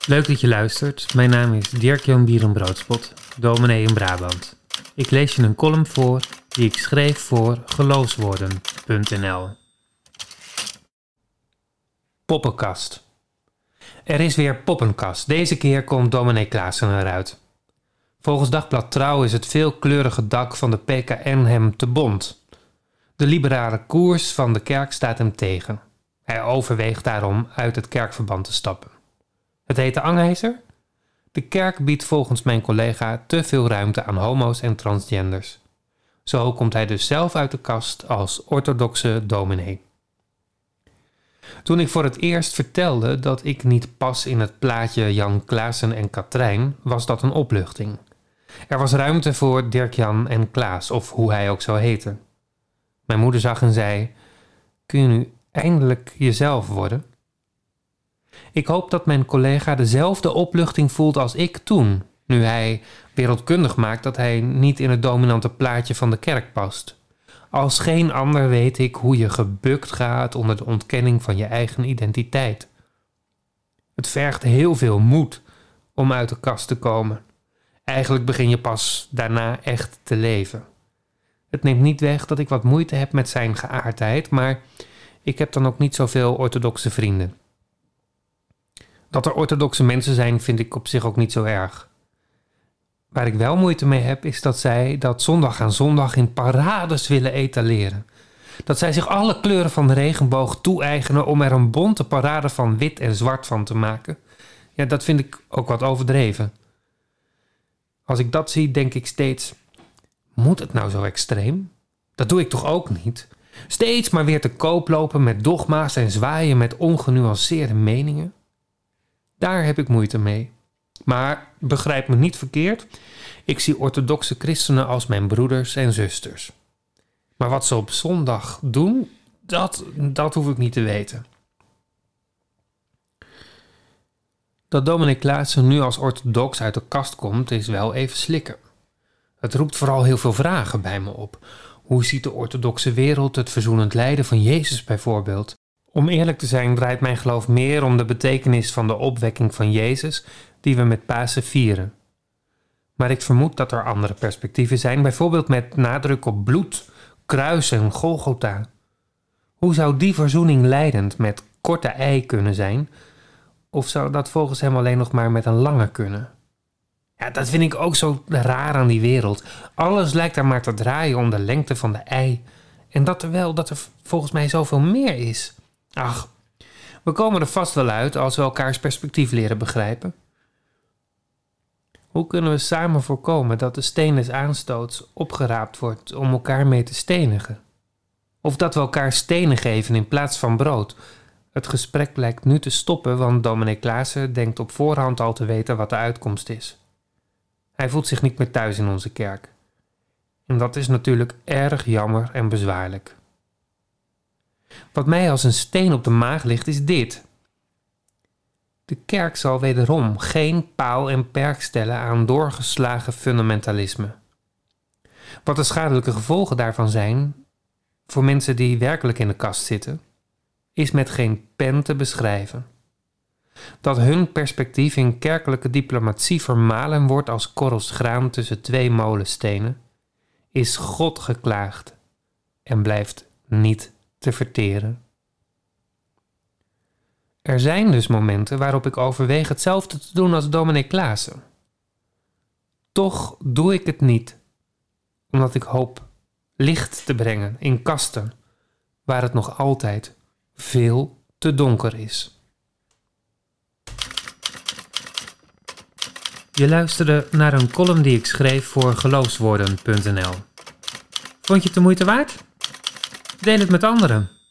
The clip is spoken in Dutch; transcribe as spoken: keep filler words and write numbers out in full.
Leuk dat je luistert. Mijn naam is Dirk-Jan Bierenbroodspot, dominee in Brabant. Ik lees je een column voor die ik schreef voor geloofswoorden punt n l. Poppenkast. Er is weer poppenkast. Deze keer komt dominee Klaassen eruit. Volgens Dagblad Trouw is het veelkleurige dak van de P K N hem te bont. De liberale koers van de kerk staat hem tegen. Hij overweegt daarom uit het kerkverband te stappen. Het heet de Angijzer. De kerk biedt volgens mijn collega te veel ruimte aan homo's en transgenders. Zo komt hij dus zelf uit de kast als orthodoxe dominee. Toen ik voor het eerst vertelde dat ik niet pas in het plaatje Jan Klaassen en Katrijn, was dat een opluchting. Er was ruimte voor Dirk-Jan en Klaas, of hoe hij ook zou heten. Mijn moeder zag en zei: kun je nu eindelijk jezelf worden? Ik hoop dat mijn collega dezelfde opluchting voelt als ik toen, nu hij wereldkundig maakt dat hij niet in het dominante plaatje van de kerk past. Als geen ander weet ik hoe je gebukt gaat onder de ontkenning van je eigen identiteit. Het vergt heel veel moed om uit de kast te komen. Eigenlijk begin je pas daarna echt te leven. Het neemt niet weg dat ik wat moeite heb met zijn geaardheid, maar ik heb dan ook niet zoveel orthodoxe vrienden. Dat er orthodoxe mensen zijn, vind ik op zich ook niet zo erg. Waar ik wel moeite mee heb, is dat zij dat zondag aan zondag in parades willen etaleren. Dat zij zich alle kleuren van de regenboog toe-eigenen om er een bonte parade van wit en zwart van te maken. Ja, dat vind ik ook wat overdreven. Als ik dat zie, denk ik steeds: moet het nou zo extreem? Dat doe ik toch ook niet? Steeds maar weer te koop lopen met dogma's en zwaaien met ongenuanceerde meningen? Daar heb ik moeite mee. Maar begrijp me niet verkeerd, ik zie orthodoxe christenen als mijn broeders en zusters. Maar wat ze op zondag doen, dat, dat hoef ik niet te weten. Dat dominee Klaassen nu als orthodox uit de kast komt, is wel even slikken. Het roept vooral heel veel vragen bij me op. Hoe ziet de orthodoxe wereld het verzoenend lijden van Jezus bijvoorbeeld? Om eerlijk te zijn draait mijn geloof meer om de betekenis van de opwekking van Jezus die we met Pasen vieren. Maar ik vermoed dat er andere perspectieven zijn, bijvoorbeeld met nadruk op bloed, kruis en Golgotha. Hoe zou die verzoening leidend met korte ei kunnen zijn? Of zou dat volgens hem alleen nog maar met een lange kunnen? Ja, dat vind ik ook zo raar aan die wereld. Alles lijkt daar maar te draaien om de lengte van de ei. En dat terwijl dat er volgens mij zoveel meer is. Ach, we komen er vast wel uit als we elkaars perspectief leren begrijpen. Hoe kunnen we samen voorkomen dat de steen des aanstoots opgeraapt wordt om elkaar mee te stenigen? Of dat we elkaar stenen geven in plaats van brood? Het gesprek lijkt nu te stoppen, want dominee Klaassen denkt op voorhand al te weten wat de uitkomst is. Hij voelt zich niet meer thuis in onze kerk. En dat is natuurlijk erg jammer en bezwaarlijk. Wat mij als een steen op de maag ligt is dit. De kerk zal wederom geen paal en perk stellen aan doorgeslagen fundamentalisme. Wat de schadelijke gevolgen daarvan zijn, voor mensen die werkelijk in de kast zitten, is met geen pen te beschrijven. Dat hun perspectief in kerkelijke diplomatie vermalen wordt als korrels graan tussen twee molenstenen, is God geklaagd en blijft niet te verteren. Er zijn dus momenten waarop ik overweeg hetzelfde te doen als dominee Klaassen. Toch doe ik het niet, omdat ik hoop licht te brengen in kasten waar het nog altijd veel te donker is. Je luisterde naar een column die ik schreef voor geloofswoorden punt n l. Vond je het de moeite waard? Deel het met anderen.